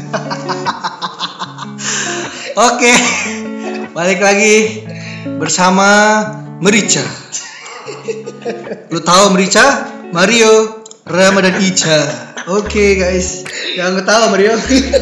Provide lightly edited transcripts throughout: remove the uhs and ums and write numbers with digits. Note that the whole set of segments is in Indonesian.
Oke, balik lagi bersama Merica. Lu tahu Merica? Mario, Rama dan Ica. Oke guys, jangan ketawa Mario.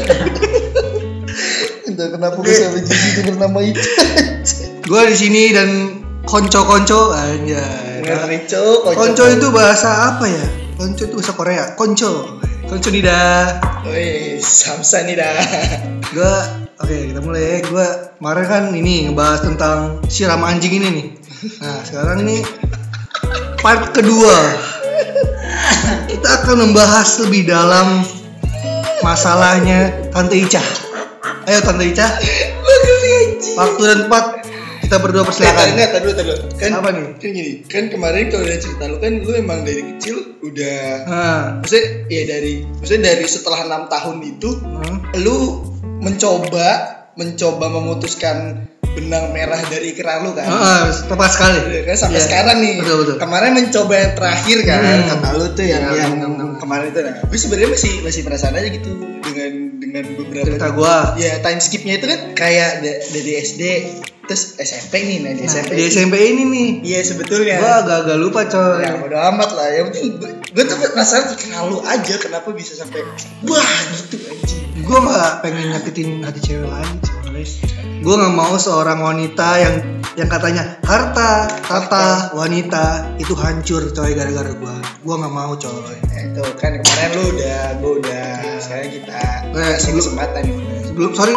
Entah kenapa bisa begitu itu bernama Ica. Gue di sini dan konco-konco anjay. Konco itu bahasa apa ya? Konco itu bahasa Korea. Konco nida. Wih, samsa nida. Oke, kita mulai. Gue kemarin kan ini ngebahas tentang siram anjing ini nih. Nah, sekarang ini part kedua. Kita akan membahas lebih dalam masalahnya Tante Ica. Ayo Tante Ica. Waktu dan tempat kita berdua persilakan. Tadi kan apa nih? Kan gini, kan kemarin kalau udah cerita lu kan lu emang dari kecil udah maksudnya dari setelah 6 tahun itu lu mencoba memutuskan benang merah dari keran lu kan. Tepat sekali. Kan sampai sekarang nih. Betul. Kemarin mencoba yang terakhir kan, kata lu tuh yang kemarin itu. Nah, gue sebenarnya masih perasaan aja gitu dengan beberapa cerita gua. Ya, time skipnya itu kan kayak dari SD terus SMP nih, di SMP. Di SMP ini nih. Iya, sebetulnya. Gua agak lupa coy. Ya, bodo amat lah. Yang penting gue tuh penasaran kalau aja kenapa bisa sampai wah gitu anjing. Gue gak pengen nyakitin hati cewek lain coy. Gue gak mau seorang wanita yang katanya harta tata wanita itu hancur coy gara-gara gue gak mau coy. Itu kan kemarin gue udah sekarang kita kasih kesempatan nih. Sorry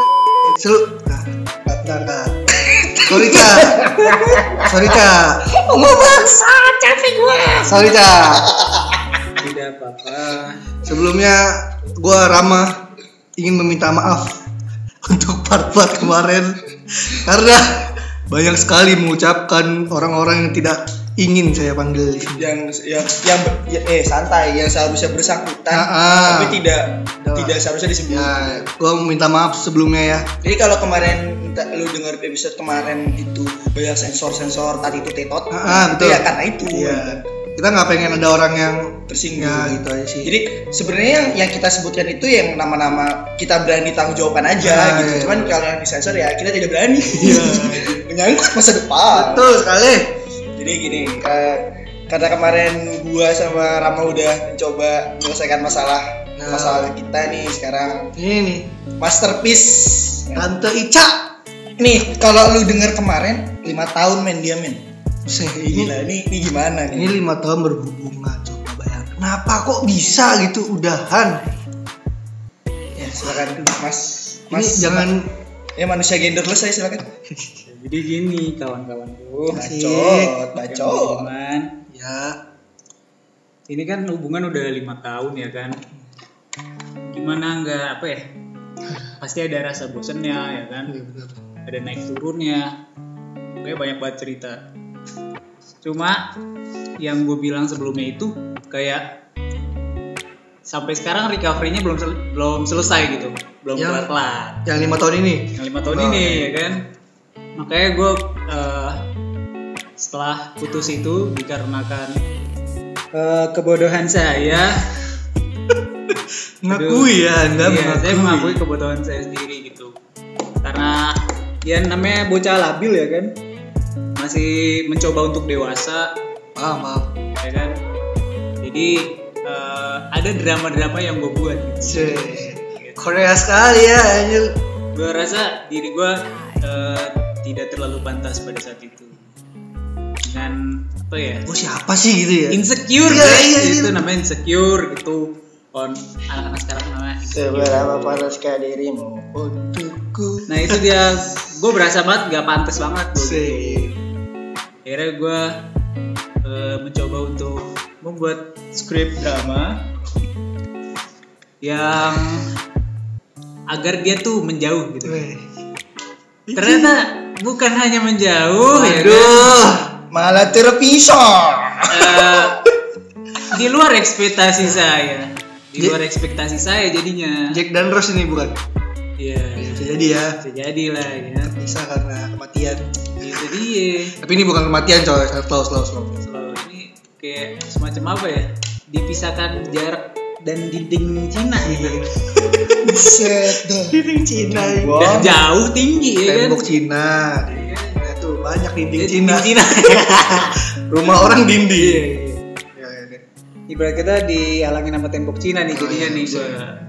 kak mau bangsa capek gue. Sorry kak. Tidak apa-apa. Sebelumnya gue Rama ingin meminta maaf untuk part-part kemarin karena banyak sekali mengucapkan orang-orang yang tidak ingin saya panggil di sini. Yang santai, yang seharusnya bersangkutan tapi tidak seharusnya disebut. Ya, gue minta maaf sebelumnya ya. Jadi kalau kemarin lu dengar episode kemarin itu banyak sensor tadi itu tetot. Betul. Ya karena itu. Iya. Kita nggak pengen ada orang yang tersinggung. Ya, gitu aja sih. Jadi sebenarnya yang kita sebutkan itu yang nama-nama kita berani tanggung jawaban aja gitu. Iya. Cuman kalau yang disensor ya kita tidak berani. Iya. Menyangkut masa depan. Betul sekali. Jadi gini, karena kemarin gua sama Rama udah mencoba menyelesaikan masalah kita nih sekarang. Ini nih masterpiece Tante Ica. Nih kalau lu denger kemarin 5 tahun dia men. Gila, ini gimana nih? Ini 5 tahun berhubungan, coba bayangin. Kenapa kok bisa gitu udahan? Ya silakan Mas. Ini jangan manusia genderless saya silakan. Jadi gini kawan-kawanku. Bacot. Ya. Ini kan hubungan udah 5 tahun ya kan. Gimana enggak pasti ada rasa bosennya ya kan. Ya, benar. Ada naik turunnya. Kayak banyak banget cerita. Cuma yang gue bilang sebelumnya itu kayak sampai sekarang recovery-nya belum selesai gitu, belum kelar. Yang 5 tahun ini. Yang 5 tahun ini ya kan. Makanya gue setelah putus itu dikarenakan kebodohan saya. Mengakui ya, Anda mengakui. Saya mengakui kebodohan saya sendiri gitu. Karena ya namanya bocah labil ya kan. Masih mencoba untuk dewasa. Maaf. Ya kan. Jadi ada drama-drama yang gue buat gitu. Korea sekali ya anjir. Gue rasa diri gue tidak terlalu pantas pada saat itu. Dengan siapa sih gitu ya? Insecure guys. Itu namanya insecure gitu. Anak-anak sekarang namanya seberapa panaskah dirimu untukku. Nah itu dia, gue berasa banget gak pantas banget akhirnya gue mencoba untuk membuat skrip drama yang agar dia tuh menjauh gitu. Ternyata bukan hanya menjauh. Malah terpisah. Di luar ekspektasi saya. Jadinya. Jack dan Rose ini bukan? Iya. Bisa jadi ya. Bisa jadi lah ya. Bisa karena kematian. Itu dia. Tapi ini bukan kematian coy. Slow. Ini kayak semacam apa ya? Dipisahkan jarak dan dinding Cina gitu. Set dah. Dinding Cina. Dan jauh tinggi ya kan. Tembok Cina. Nah, tuh banyak dinding Jadi Cina. Cina. Rumah orang dinding. Iya. Ya, ya, ya. Ibarat kita dihalangin sama tembok Cina nih jadinya nih gua.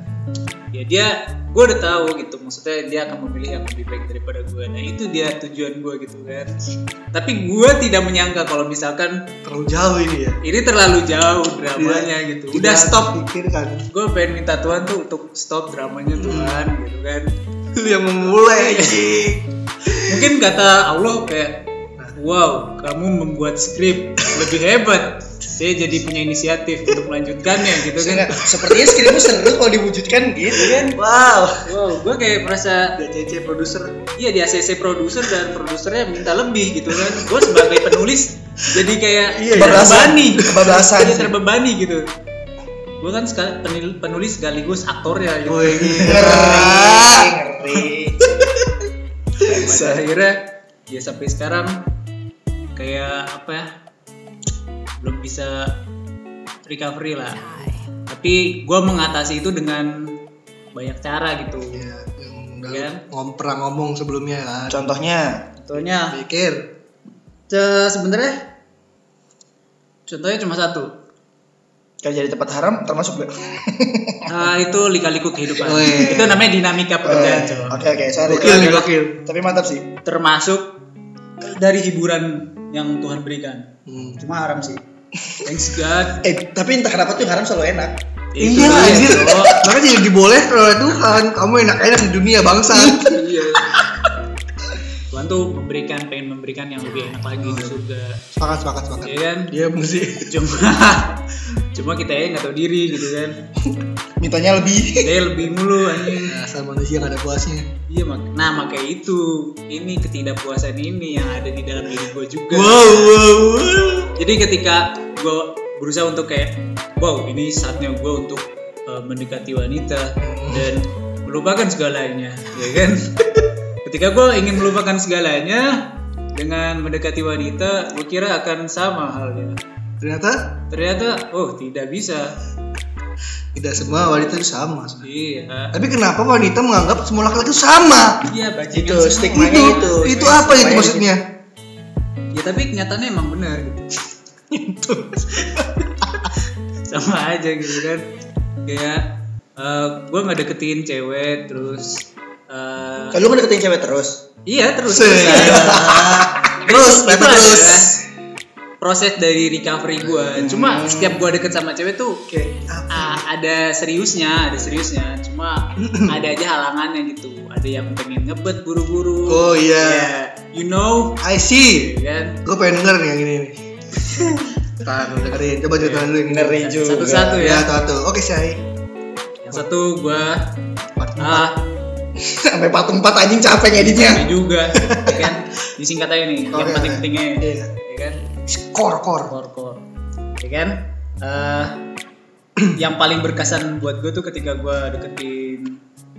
Ya gue udah tahu gitu, maksudnya dia akan memilih yang lebih baik daripada gue. Nah itu dia tujuan gue gitu kan. Tapi gue tidak menyangka kalau misalkan Terlalu jauh ini ya. ini terlalu jauh dramanya gitu. Udah stop. Pikirkan. Gue pengen minta Tuhan tuh untuk stop dramanya Tuhan gitu kan. Lu yang memulai anjing. Mungkin kata Allah kayak, wow, kamu membuat skrip lebih hebat. Saya jadi punya inisiatif untuk melanjutkannya gitu kan. Sepertinya skripnya seru kalau diwujudkan gitu kan. Wow. Wow, gue kayak merasa DCC produser. iya di ACC produser dan produsernya minta lebih gitu kan. Gue sebagai penulis jadi kayak terbebani. Kebablasan. Jadi terbebani gitu. Gue kan penulis sekaligus aktornya gitu. Woi, Ngeri. Pada akhirnya ya sampai sekarang kayak apa ya, belum bisa recovery lah. Tapi gue mengatasi itu dengan banyak cara gitu. Ya, yang udah Kan? pernah ngomong sebelumnya kan. Contohnya Contohnya Pikir. sebenarnya contohnya cuma satu. kerja di tempat haram termasuk gak? Nah, itu lika-liku kehidupan. Weh. Itu namanya dinamika pekerjaan, coy. Oke, sorry. Gokil nih, gokil. Tapi mantap sih. Termasuk dari hiburan yang Tuhan berikan. Hmm. Cuma haram sih. Thanks God. Tapi entah kenapa tuh haram selalu enak. Iya dia, anjir. Cok. Makanya jadi dibolehkan oleh Tuhan. Kamu enak-enak di dunia bangsa. Iya. Tuhan tuh pengen memberikan yang lebih enak lagi di surga. Sepakat. Iya kan? Dia mesti. Cuma kita ya nggak tahu diri gitu kan. Mintanya lebih. Dia lebih mulu anjing. Asal manusia gak ada puasnya. Iya makanya itu ini ketidakpuasan ini yang ada di dalam diri gue juga. Wow. Jadi ketika gue berusaha untuk kayak wow ini saatnya gue untuk mendekati wanita dan melupakan segalanya, ya kan? Ketika gue ingin melupakan segalanya dengan mendekati wanita, gue kira akan sama halnya. Ternyata oh tidak bisa. Tidak semua wanita itu sama. Iya. Tapi kenapa wanita menganggap semua laki-laki itu sama? Iya bajingan Itu semua. stigmanya itu. Itu apa itu maksudnya? Ya tapi kenyataannya emang benar gitu. Sama aja gitu kan. Kayak gue nggak deketin cewek terus. Kalau lu deketin cewek terus. Iya terus. Terus, Itu terus. adalah proses dari recovery gue. Cuma setiap gue deket sama cewek tuh kayak ada seriusnya. Cuma ada aja halangannya gitu. Ada yang pengen ngebet buru-buru. Oh iya. Yeah. You know, I see. kan? Gue pengen denger nih yang ini nih. Tahan dengerin. Coba cerita dulu yang ini. Ngeri juga. Satu-satu Ya, ya. satu. Oke, Syai. Yang satu gue Sampai patung 4 anjing capek ngeditnya. ini juga, ya kan? Disingkat aja nih, yang Oke. penting-pentingnya, Iya. ya kan? Kor. Core, ya kan? Yang paling berkesan buat gue tuh ketika gue deketin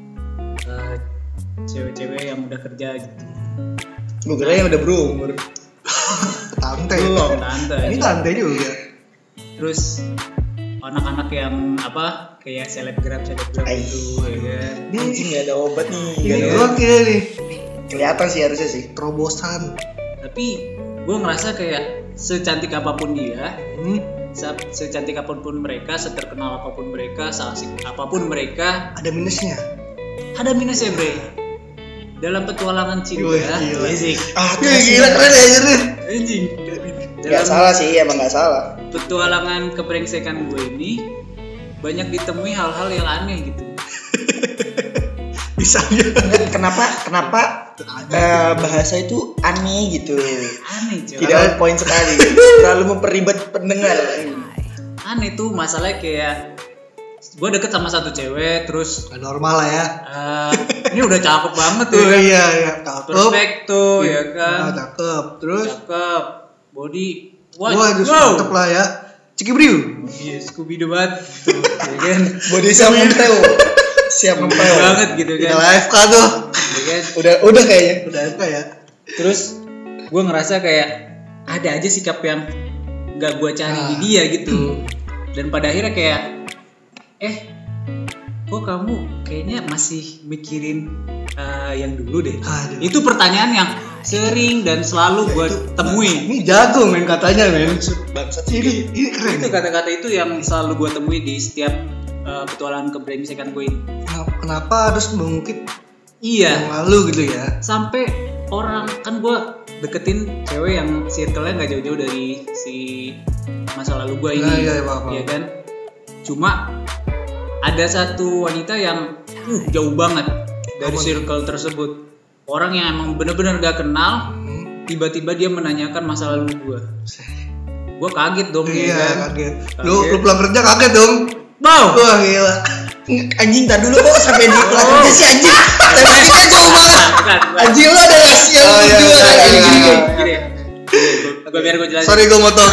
cewek-cewek yang udah kerja gitu. Gue kira yang udah berumur. Tante. Belum, tante. Ini tante juga. Terus anak-anak yang apa kayak selebgram gitu, ya kan? Anjing gak ada obat nih. Ini gokil nih. Kelihatan sih harusnya sih. Terobosan. Tapi gue ngerasa kayak secantik apapun dia, secantik apapun mereka, seterkenal apapun mereka, seasik apapun mereka, Ada minusnya. ada minusnya bre. Dalam petualangan cinta, Wih, gila. Asik. Gila keren ya anjir. Anjing. Gak salah sih, emang gak salah. Petualangan kebrengsekan gue ini banyak ditemui hal-hal yang aneh gitu. Misalnya. Kenapa bahasa itu aneh gitu. Aneh coy. Tidak on point sekali. Terlalu memperibet pendengar. Aneh tuh masalahnya kayak gue deket sama satu cewek terus Gak normal lah ya. ini udah cakep banget ya Oh kan? iya. Cakep. Perfecto ya kan. Cakep. Terus. Cakep, body, Waduh, mantep lah ya. Cikibriu. Iya, Scooby Doo banget, gitu, ya kan? Body siap nempel. Siap nempel. Banget gitu Kita kan, AFK tuh. ya kan? Udah kayaknya. Udah AFK ya. Terus gue ngerasa kayak ada aja sikap yang gak gue cari di dia gitu. Dan pada akhirnya kayak kok kamu kayaknya masih mikirin yang dulu deh. Aduh. Itu pertanyaan yang sering dan selalu gue temuin. Ini jago men katanya men. Bangsat Ini keren. Itu kata-kata itu yang selalu gue temui di setiap petualangan kebrengsekan gue ini. Kenapa harus mengungkit Iya. yang lalu gitu ya? Sampai orang kan gue deketin cewek yang circle-nya nggak jauh-jauh dari si masa lalu gue ini. Nah, iya, paham. Iya kan. Cuma ada satu wanita yang jauh banget dari circle tersebut. Orang yang emang bener-bener gak kenal, tiba-tiba dia menanyakan masa lalu gue. Gue kaget dong. Iya, ya kan? kaget. Lu pulang kerja kaget dong. Wow. Wah gila. Anjing, tar dulu kok sampai di pulang kerja sih anjing. Tapi kita jauh banget. Bukan. Anjing lu ada rahasia lu berdua kan anjing. Gini. Biar gue jelasin. Sorry gue motong.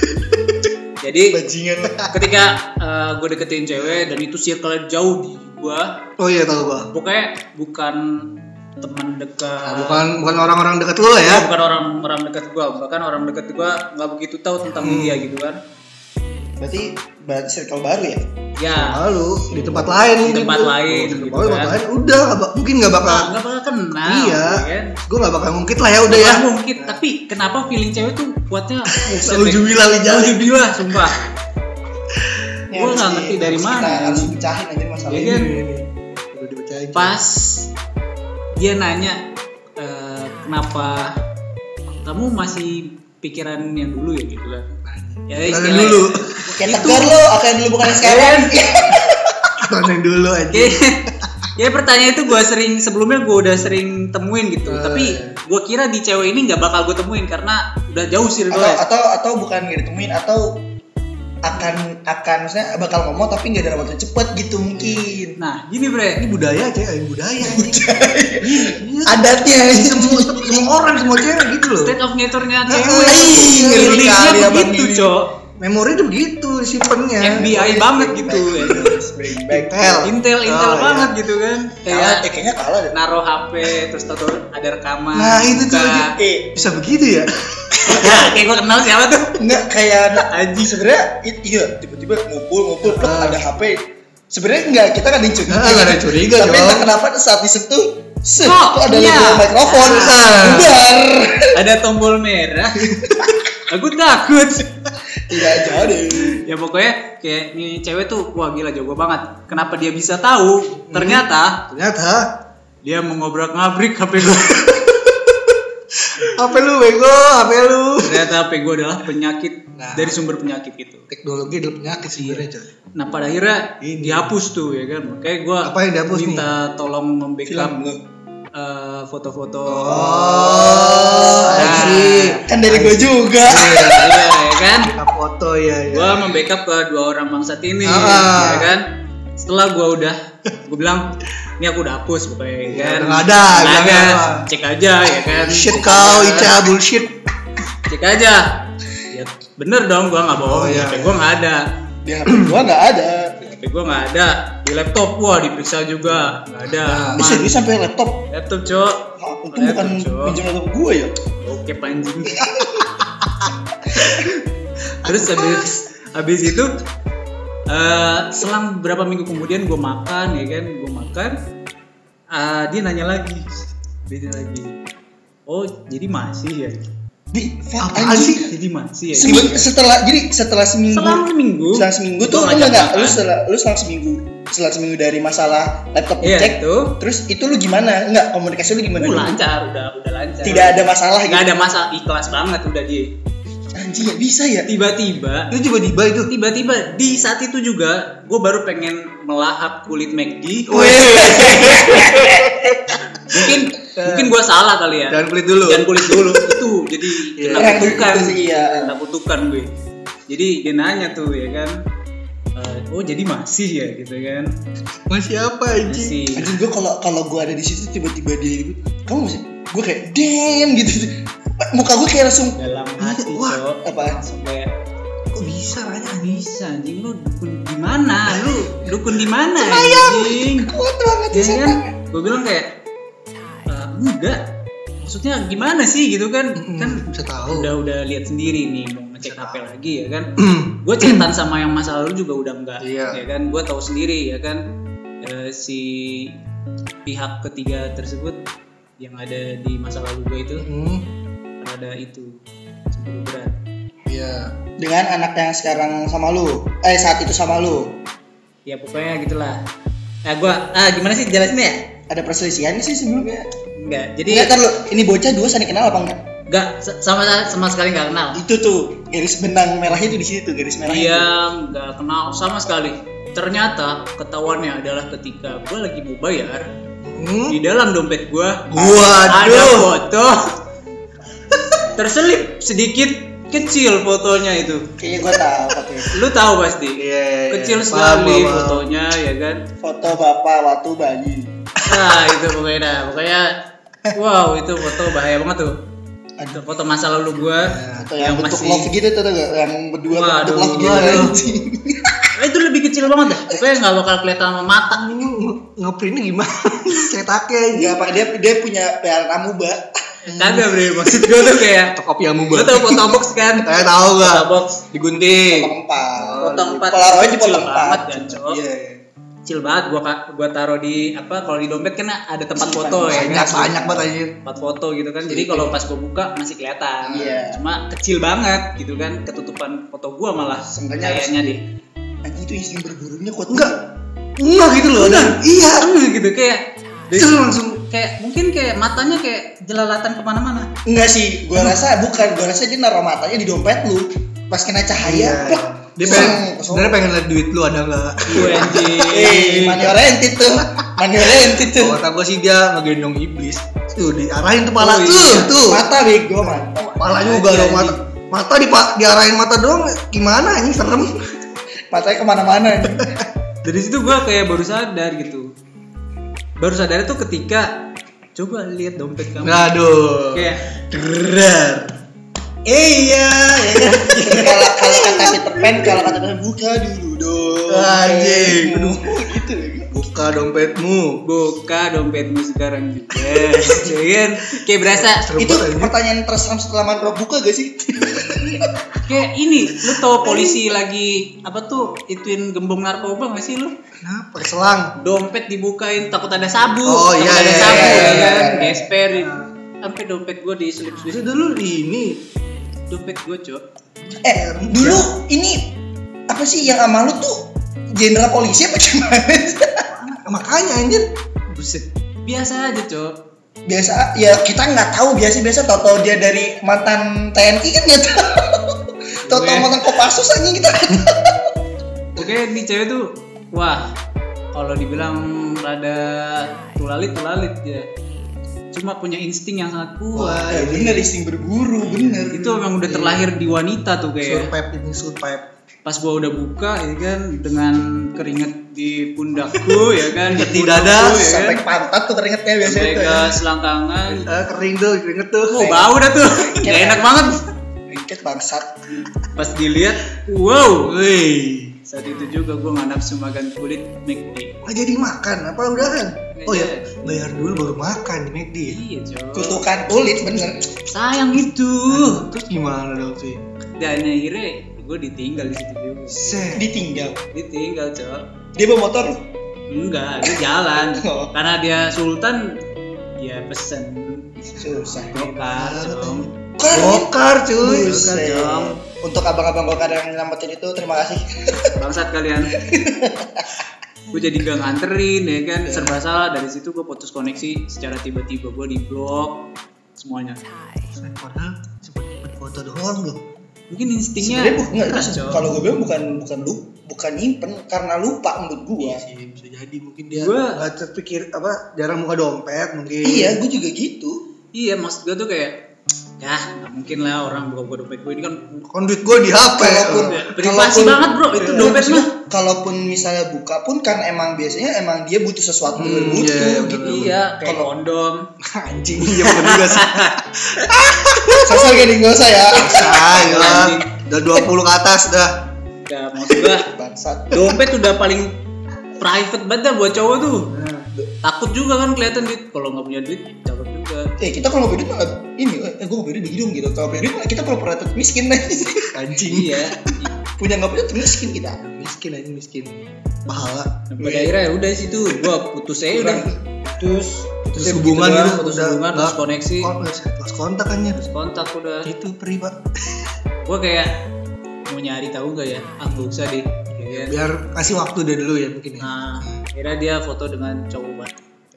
Jadi Bajingan lu. ketika gue deketin cewek dan itu circle jauh di gue, Oh iya tahu gua. pokoknya bukan teman dekat, Bukan orang-orang dekat lu lah ya. bukan orang dekat gue, bahkan orang dekat gue nggak begitu tahu tentang dia gitu kan. Berarti circle baru ya? Ya, Lalu di tempat lain di mungkin tempat tuh. lain Oh, di gitu tempat kan. lain udah mungkin nggak bakal. Nggak bakal kenal. Iya. Kan? Gue nggak bakal ngungkit lah ya udah ya. Nggak mungkin, tapi kenapa feeling cewek tuh kuatnya? Nauzubillah min dzalik. Nauzubillah, sumpah. Ini Gua harus nggak ngerti dari harus mana. kita harus dipecahin aja masalah Iya ini. kan? Udah dipercaya. Pas dia nanya kenapa kamu masih pikiran yang dulu ya gitu kan. Ya, Pikiran iyalah. dulu. Kayak tegar lo, apa yang dulu bukan yang sekarang. Tonton dulu aja. Ya pertanyaan itu sebelumnya gue udah sering temuin gitu. Tapi gue kira di cewek ini nggak bakal gue temuin karena udah jauh sih gue. Atau bukan nggak ditemuin, atau akan maksudnya bakal ngomong tapi nggak dalam waktu cepet gitu mungkin. Nah gini bre, Ini budaya aja, budaya. Adatnya Semua orang, semua cewek gitu loh. state of nature-nya Ngeri cewek. kali Feelingnya abang begitu ini. cok. Memori tuh begitu disimpannya. FBI banget gitu. Bring back. Intel Oh, banget iya. gitu kan. Kalah, Kayak kayaknya kalah deh. naruh HP terus tahu ada rekaman. Nah itu tuh Buka. bisa begitu ya. Ya kayak gue kenal siapa tuh. Enggak kayak Aji sebenarnya iya tiba-tiba ngumpul plek ada HP. Sebenarnya enggak, kita kan ada yang curiga. Nggak ada yang curiga, Tapi dong. entah kenapa saat disentuh Kok ada iya? logo mikrofon. Bubar. Ada tombol merah. Aku takut. Tidak jadi. Ya pokoknya kayak nih cewek tuh wah gila jago banget. Kenapa dia bisa tahu? Ternyata dia mengobrak-ngabrik HP gue. HP lu bego, HP lu. Ternyata HP gue adalah penyakit Nah. dari sumber penyakit itu. Teknologi adalah penyakit sebenarnya coy. Nah pada akhirnya Ini. dihapus tuh ya kan. Makanya gue Apa yang dihapus minta tolong membackup Film lu. foto-foto. Oh, Nah. Kan dari gue juga. Iya ya kan. Kita foto ya. Gue membackup ke dua orang bangsat ini, Ah. ya kan. Setelah gue bilang, ini aku udah hapus pokoknya, ya kan. udah nggak ada, Nggak bilang ada. apa. Cek aja, ya kan. Bullshit kau, Ica, bullshit. Cek aja. Ya bener dong, gue nggak bohong. Oh, iya, HP iya. gue nggak ada. Di HP gua enggak ada. HP gue nggak ada. Di laptop, wah diperiksa juga, nggak ada. Aman. Bisa dia sampai laptop. Laptop cok. Itu bukan pinjam laptop gua ya. Oke panjang. Terus habis itu selang beberapa minggu kemudian gue makan ya kan, dia nanya lagi, oh jadi masih ya, Apaan sih? jadi masih ya. Setelah seminggu. Selang seminggu tuh Gua lu ngajak enggak makan. lu setelah seminggu dari masalah laptop Iya, dicek. itu. Terus itu lu gimana? Enggak, komunikasi lu gimana? Lancar, udah lancar. Tidak ada masalah Nggak gitu. ada masalah, ikhlas banget udah dia. Anjing ya bisa ya? Tiba-tiba di saat itu juga gue baru pengen melahap kulit McD. mungkin gue salah kali ya. Jangan kulit dulu. Itu jadi kena kutukan. Iya. Kena kutukan gue. Jadi dia nanya tuh ya kan, oh jadi masih ya gitu kan. Masih apa anjing? Masih. Anjing gua kalau gua ada di situ tiba-tiba dia gitu, kamu masih? Gua kayak damn gitu. Muka gua kayak langsung Dalam hati Wah, cok. apa? Langsung kayak Kok bisa Raya? bisa anjing, lu dukun di mana? Anjing? kuat banget Ya sih. kan? Gue bilang kayak enggak. Maksudnya gimana sih gitu kan? Kan Bisa tahu. udah lihat sendiri nih mau ngecek HP lagi ya kan. Gue chatan sama yang masa lalu juga udah enggak, Iya. ya kan. Gue tahu sendiri ya kan, si pihak ketiga tersebut yang ada di masa lalu gue itu ada itu cemburu berat. Iya. Dengan anak yang sekarang sama lu, saat itu sama lu. Ya pokoknya gitulah. Nah gimana sih jelasinnya ya? Ada perselisihan sih sebelumnya? Enggak. Jadi Enggak, ntar lu, ini bocah dua saling kenal apa enggak? enggak sama sekali enggak kenal. Itu tuh garis benang merahnya tuh di situ, garis merahnya. Dia nggak kenal sama sekali. Ternyata ketahuannya adalah ketika gue lagi mau bayar, di dalam dompet gue ada foto terselip sedikit kecil fotonya itu. Kayaknya gue tahu pakai Lu tahu pasti. Iya. Kecil sekali fotonya ya kan. foto bapak waktu bayi. Nah itu pokoknya wow itu foto bahaya banget tuh. Ada foto masa lalu gue Atau yang bentuk love gitu tuh yang berdua bentuk love gitu. Anjing. Itu lebih kecil banget dah. Pokoknya nggak bakal kelihatan sama mata. Ngeprintnya gimana? Cetaknya aja. Enggak, Pak, dia punya peliharaan amuba. Kagak bre, maksud gue tuh kayak Fotokopi yang lu mubah. tau foto box kan? Saya tahu nggak? Foto box Digunting. Foto 4. Foto 4 Polaroid di kecil foto 4. banget kan, Cok. Iya. Kecil banget gua taruh di apa kalau di dompet kan ada tempat foto ya Banyak kan. banyak banget anjir. Tempat foto gitu kan. Jadi kalau pas gua buka masih kelihatan. Iya. Cuma kecil banget gitu kan, ketutupan foto gua malah Seenggaknya kayaknya deh. Anjing itu insting berburunya kuat. Enggak gitu loh. Dan iya. Gitu kayak Itu langsung kayak mungkin kayak matanya kayak jelalatan kemana-mana. Enggak sih, gua rasa dia naruh matanya di dompet lu. Pas kena cahaya, plak. dia sebenarnya pengen lihat duit lu ada nggak? Gue anjing. money oriented tuh. Money oriented tuh. Kata gue sih dia ngegendong iblis. Tuh diarahin tuh pala Oh, iya. tuh. Mata bego, mata. Palanya juga dong mata. Mata diarahin mata doang gimana anjing serem. Matanya kemana-mana. Dari situ gue kayak baru sadar gitu. Baru sadar itu ketika coba lihat dompet kamu. Aduh. Kayak gerar. Iya, ya kan. Kalau kata Peter Pan, kalau kata Peter Pan, buka dulu dong. Anjing. Gitu. Buka dompetmu. buka dompetmu sekarang juga. Jangan kayak berasa Itu pertanyaan terseram setelah mantra buka gak sih? kayak ini. Lu tau polisi lagi apa tuh ituin gembong narkoba gak sih lu? Kenapa? Pakai selang. Dompet dibukain takut ada sabu. Oh, takut iya, ada iya, sabu iya, ya iya, kan. iya. Gesper. Sampai dompet gue diselip-selip. Itu dulu ini. Dompet gue, Cok. Dulu ini apa sih yang sama lu tuh jenderal polisi apa gimana? Makanya anjir. Buset. Biasa aja, Cok. Biasa ya kita nggak tahu biasa tau dia dari mantan TNI kan nggak tahu. Tau mantan Kopassus aja kita. Oke, ini cewek tuh wah, kalau dibilang rada tulalit ya. Cuma punya insting yang sangat kuat. Bener insting berburu bener. Itu memang udah terlahir di wanita tuh kayak. Surpep. Pas gua udah buka ya kan dengan keringet di pundakku ya kan, Di dada, ya Sampai kan. pantat tuh keringetnya biasanya Sampai tuh. ke selangkangan. Kering tuh, keringet tuh. Oh, bau dah tuh. Gak enak banget. Ringket bangsat. Pas dilihat, wow. Wih. Saat itu juga gua nggak nafsu makan kulit McD. Nggak jadi makan apa udahan? Oh ya, jadi. bayar dulu baru makan di McD. Iya, Cok. Kutukan kulit bener. Sayang itu. Terus gimana dong sih? Dan akhirnya gue ditinggal di situ juga. Ditinggal, Cok. Dia bawa motor. Enggak, dia jalan. Oh. Karena dia sultan, ya pesen Susah. gokar, Cok. Gokar cuy. Buset. Dong. Untuk abang-abang gokar yang nyelamatin itu terima kasih. Bangsat kalian. Gue jadi gak nganterin ya kan, serba salah. Dari situ gue putus koneksi secara tiba-tiba, gue di blok semuanya. Padahal cuma foto doang loh. Mungkin instingnya Sebenarnya enggak itu Cok. kalau gue bilang bukan nyimpen karena lupa menurut gue. Iya sih, bisa jadi mungkin dia Gua- nggak terpikir apa jarang buka dompet mungkin. Iya, gue juga gitu. Iya, maksud gue tuh kayak ya nggak mungkin lah orang buka dompet gue ini kan Kon duit gue di HP. privasi banget bro, itu dompet mah. Kalaupun misalnya buka pun kan emang biasanya emang dia butuh sesuatu yang butuh iya, gitu. bener. Iya, kayak Kalau- kondom. Anjing, iya bener juga sih. Sosok gini enggak usah ya. Saya udah 20 ke atas dah. Ya maksud gue Bangsat. dompet udah paling private banget dah buat cowok tuh. Takut juga kan kelihatan duit. Kalau nggak punya duit, takut juga. Kita kalau mau duit malah ini, gue mau duit begini dong gitu. Kalau punya duit malah kita pura-pura miskin nih. Anjing. Iya. Punya nggak punya tuh miskin kita. Miskin. Pahala. Pada akhirnya udah situ gua putus aja udah. Terus Putus hubungan gitu. Putus hubungan, putus koneksi. Lost kontak kan ya. Terus kontak udah. Itu perih Pak. Gua kayak mau nyari tahu nggak ya? Gak usah deh. Ya. Biar kasih waktu deh dulu ya mungkin ya. Nah, akhirnya dia foto dengan cowok banget.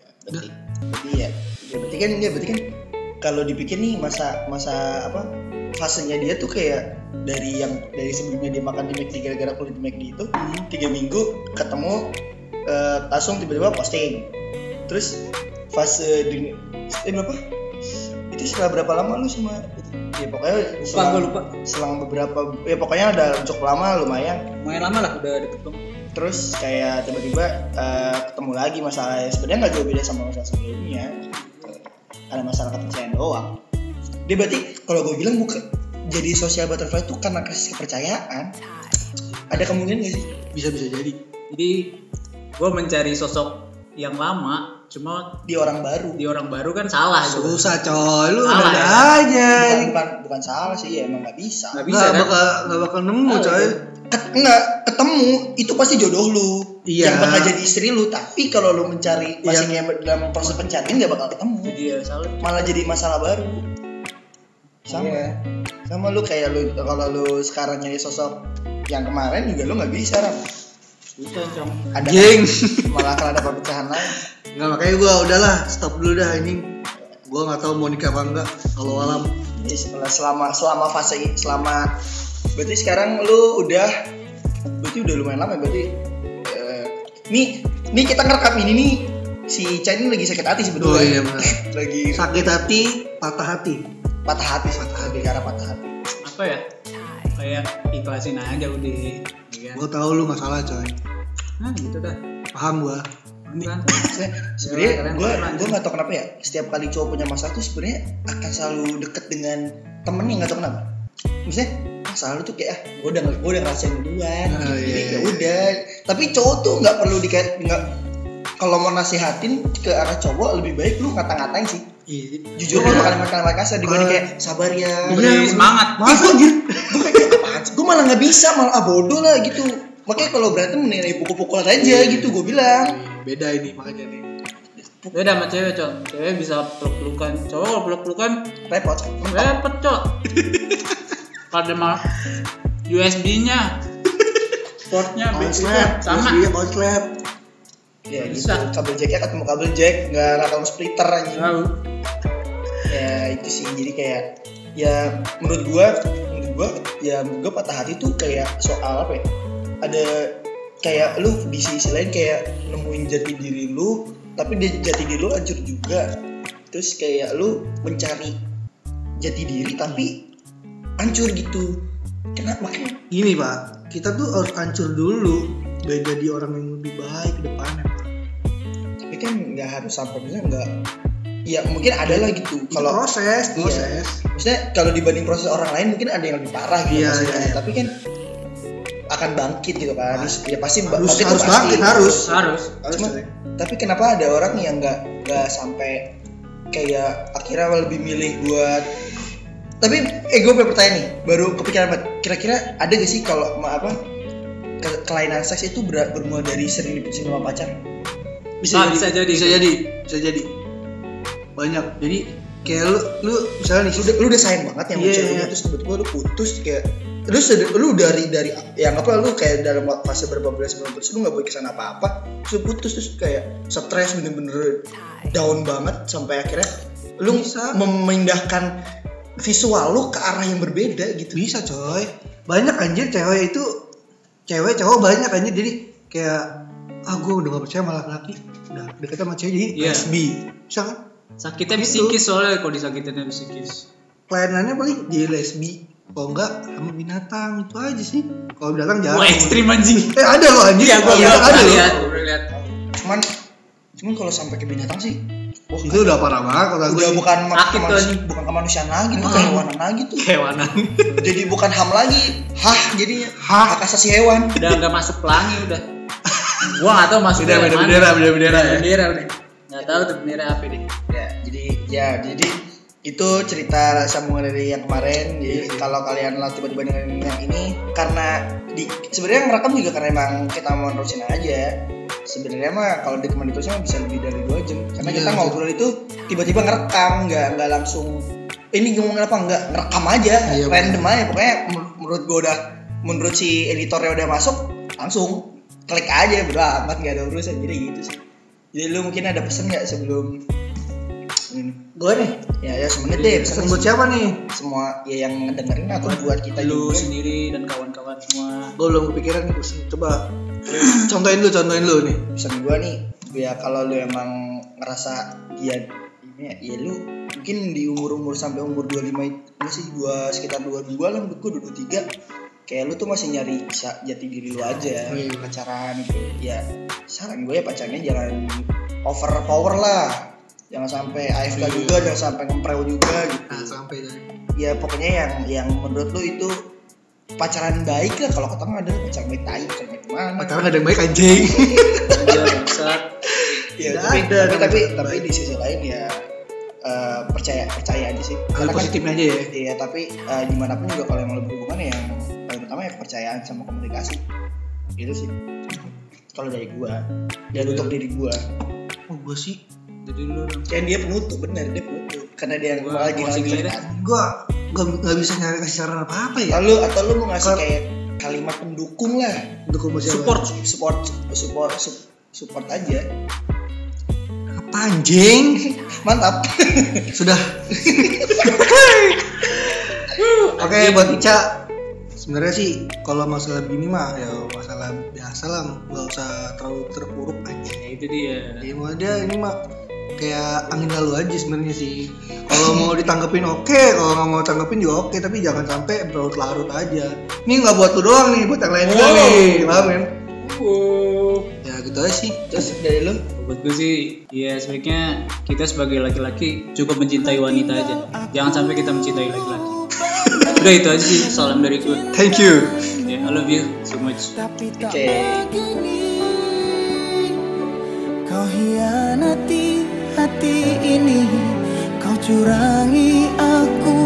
Berarti kan kalau dipikir nih masa apa fasenya dia tuh kayak dari sebelumnya dia makan di McD gara-gara kulit di McD itu 3 minggu ketemu langsung tiba-tiba posting. Terus fase berapa? Itu setelah berapa lama lu sama ya pokoknya lupa. Selang beberapa ya pokoknya ada cukup lama lumayan Lama lah udah deket dong. terus kayak tiba-tiba ketemu lagi masalah sebenarnya nggak jauh beda sama masalah sebelumnya, ada masalah kepercayaan doang. Dia berarti kalau gue bilang bukan jadi social butterfly itu karena krisis kepercayaan. Ada kemungkinan nggak sih? Bisa jadi. Jadi gue mencari sosok yang lama, cuma Di orang baru kan salah gitu. Susah coy, lu Salah ada ya? aja. bukan salah sih, ya emang nggak bisa. Nggak bisa kan? Nggak bakal nemu coy. Nggak ketemu itu pasti jodoh lu Iya. yang bakal jadi istri lu, tapi kalau lu mencari masih kayak dalam proses pencarian nggak bakal ketemu, Iya salah. malah jadi masalah baru. Sama lu kayak lu kalau lu sekarang nyari sosok yang kemarin juga lu nggak bisa Ram. Susah cong. Ada Jing. malah akan ada perpecahan lain. Nggak, makanya gue udahlah stop dulu dah ini. Gue nggak tahu mau nikah apa enggak kalau alam. Jadi selama fase berarti sekarang lu udah lumayan lama berarti. Nih kita ngerekam ini nih si Chan ini lagi sakit hati sebetulnya. Oh iya benar. Lagi Sakit hati, patah hati. patah hati lebih ke arah patah hati. Apa ya? Kayak ikhlasin aja udah. Iya. Gue tahu lu nggak salah coy. Nah gitu dah. Paham gue. Kan? Sebenarnya gue nggak tahu kenapa ya setiap kali cowok punya masalah tuh sebenarnya akan selalu deket dengan temennya, nggak tahu kenapa. Maksudnya selalu tuh kayak gue udah ngerasain duluan gitu. Jadi ya udah. Tapi cowok tuh nggak perlu nggak kalau mau nasihatin ke arah cowok lebih baik lu ngata-ngatain sih. Iya. Jujur lu kalimat-kalimat kasar dibanding kayak sabar ya. Beri semangat. Masa anjir? Gue kayak apaan sih? Gue malah nggak bisa, malah bodoh lah gitu. Makanya kalau berantem mending pukul-pukulan aja gitu gue bilang. Beda ini makanya nih. Beda sama cewek cok. Cewek bisa peluk-pelukan. Cowok kalau peluk-pelukan Repot. cok. Pada mah USB-nya, portnya beda sama. Iya, slap. Ya gitu. Bisa. Kabel jacknya ketemu kabel jack, nggak ketemu splitter anjing. Tahu. Ya itu sih, jadi kayak ya menurut gua ya gua patah hati tuh kayak soal apa ya, ada kayak lu di sisi lain kayak nemuin jati diri lu tapi jati diri lu hancur juga, terus kayak lu mencari jati diri tapi hancur gitu. Kenapa? Makanya Gini Pak, kita tuh harus hancur dulu biar jadi orang yang lebih baik ke depannya Pak. tapi kan nggak harus sampai misalnya nggak, ya mungkin ada lah gitu. Kalau proses. Maksudnya kalau dibanding proses orang lain mungkin ada yang lebih parah gitu. Iya, maksudnya. iya. Tapi kan akan bangkit gitu kan. Ya pasti Harus tuh bangkit, harus. Cuma, tapi kenapa ada orang yang nggak sampai kayak akhirnya lebih milih buat. Tapi gue pengen bertanya nih, baru kepikiran banget. Kira-kira ada gak sih kalau kelainan seks itu bermula dari sering diputusin sama pacar? Bisa jadi. Banyak. Jadi kayak lu misalnya nih Lu udah sayang banget yang Iya, ceweknya, iya. terus tiba-tiba lu putus kayak lu dari ya anggaplah lu kayak dalam fase berapa bulan sebelum putus lu nggak boleh kesana apa-apa, terus lu putus terus kayak stres bener-bener down banget sampai akhirnya lu Bisa. memindahkan visual lu ke arah yang berbeda gitu. bisa coy. Banyak anjir cewek cowok banyak anjir, jadi kayak gue udah gak percaya sama laki-laki, udah deket sama cewek jadi Iya. lesbi. Bisa kan? Sakitnya Gitu. psikis soalnya kalau disakitinnya psikis. Kelainannya paling jadi lesbi. Kalau enggak sama binatang itu aja sih. Kalau binatang jarang. Wah ekstrim anjing. Ada loh anjing. Iya, gua ada loh. lihat. Cuman kalau sampai ke binatang sih Itu udah parah banget kalau gue. udah bukan sakit tuh, anjing. bukan kemanusiaan lagi tuh, kehewanan lagi tuh. Kehewanan. Jadi bukan HAM lagi, jadinya Hah? hak asasi hewan. Udah nggak masuk pelangi udah. Gua nggak tahu masuk Beda bendera ya. Bendera udah. Nggak tahu tuh bendera apa deh. Jadi itu cerita sambungan dari yang kemarin. Jadi kalau kalian lah tiba-tiba dengerin yang ini, karena sebenarnya ngerekam juga karena emang kita mau nerusin aja. Sebenarnya mah kalau ditemenin terusnya bisa lebih dari 2 jam. Karena kita ngobrol itu tiba-tiba ngerekam, nggak langsung ini ngomongin apa, nggak ngerekam aja, random aja. Pokoknya menurut si editornya udah masuk, langsung klik aja, bro, amat nggak ada urusan. Jadi gitu sih. Jadi lu mungkin ada pesan nggak sebelum ini? Gue nih ya semenit deh. pesan buat siapa nih? Semua ya yang ngedengerin atau buat kita Lu juga. sendiri dan kawan-kawan semua. Gue belum kepikiran nih pesan. Coba contohin lu nih. Pesan gue nih, ya kalau lu emang ngerasa ya ini ya lu mungkin di umur sampai umur 25 masih sekitar 22 lah, menurut gue 23, kayak lu tuh masih nyari jati diri lu aja. Pacaran gitu ya, saran gue ya pacarnya jangan overpower lah, jangan sampai AFK juga, jangan sampai ngempreu juga gitu. Sampai dari Ya pokoknya yang menurut lu itu pacaran baik lah. Kalau kata ada pacaran baik tai, pacaran baik mana? pacaran gak ada yang baik anjing. Iya, bangsat. Ya, Nggak tapi di sisi lain ya percaya aja sih. Hal positifnya aja ya. Iya, tapi gimana pun juga kalau yang lebih hubungan ya yang paling utama ya kepercayaan sama komunikasi. Itu sih. Kalau dari gua dan untuk diri gua. Oh gue sih, Jadi lu Kayak dia penutup, bener dia penutup. Karena dia yang Gua lagi masih ngasih ngeliat. gue nggak bisa nyari kasih saran apa ya. atau lu mau ngasih kayak kalimat pendukung lah. Untuk siapa? Support aja. Apa anjing? Mantap. Sudah. Oke, buat Ica. Sebenarnya sih kalau masalah gini mah ya masalah biasa lah, nggak usah terlalu terpuruk aja. ya itu dia. Ya mau dia ini mah kayak angin lalu aja sebenarnya sih. Kalau mau ditanggepin oke, kalau nggak mau tanggepin juga oke, tapi jangan sampai berlarut-larut aja. Ini nggak buat lu doang nih, buat yang lain juga nih, paham kan? Ya gitu aja sih. Terus dari lu? Buat gue sih, ya sebaiknya kita sebagai laki-laki cukup mencintai wanita aja. Jangan sampai kita mencintai laki-laki. Udah itu aja sih salam dari gue. Thank you. Ya, I love you so much. Oke. Kau hianati hati ini, kau curangi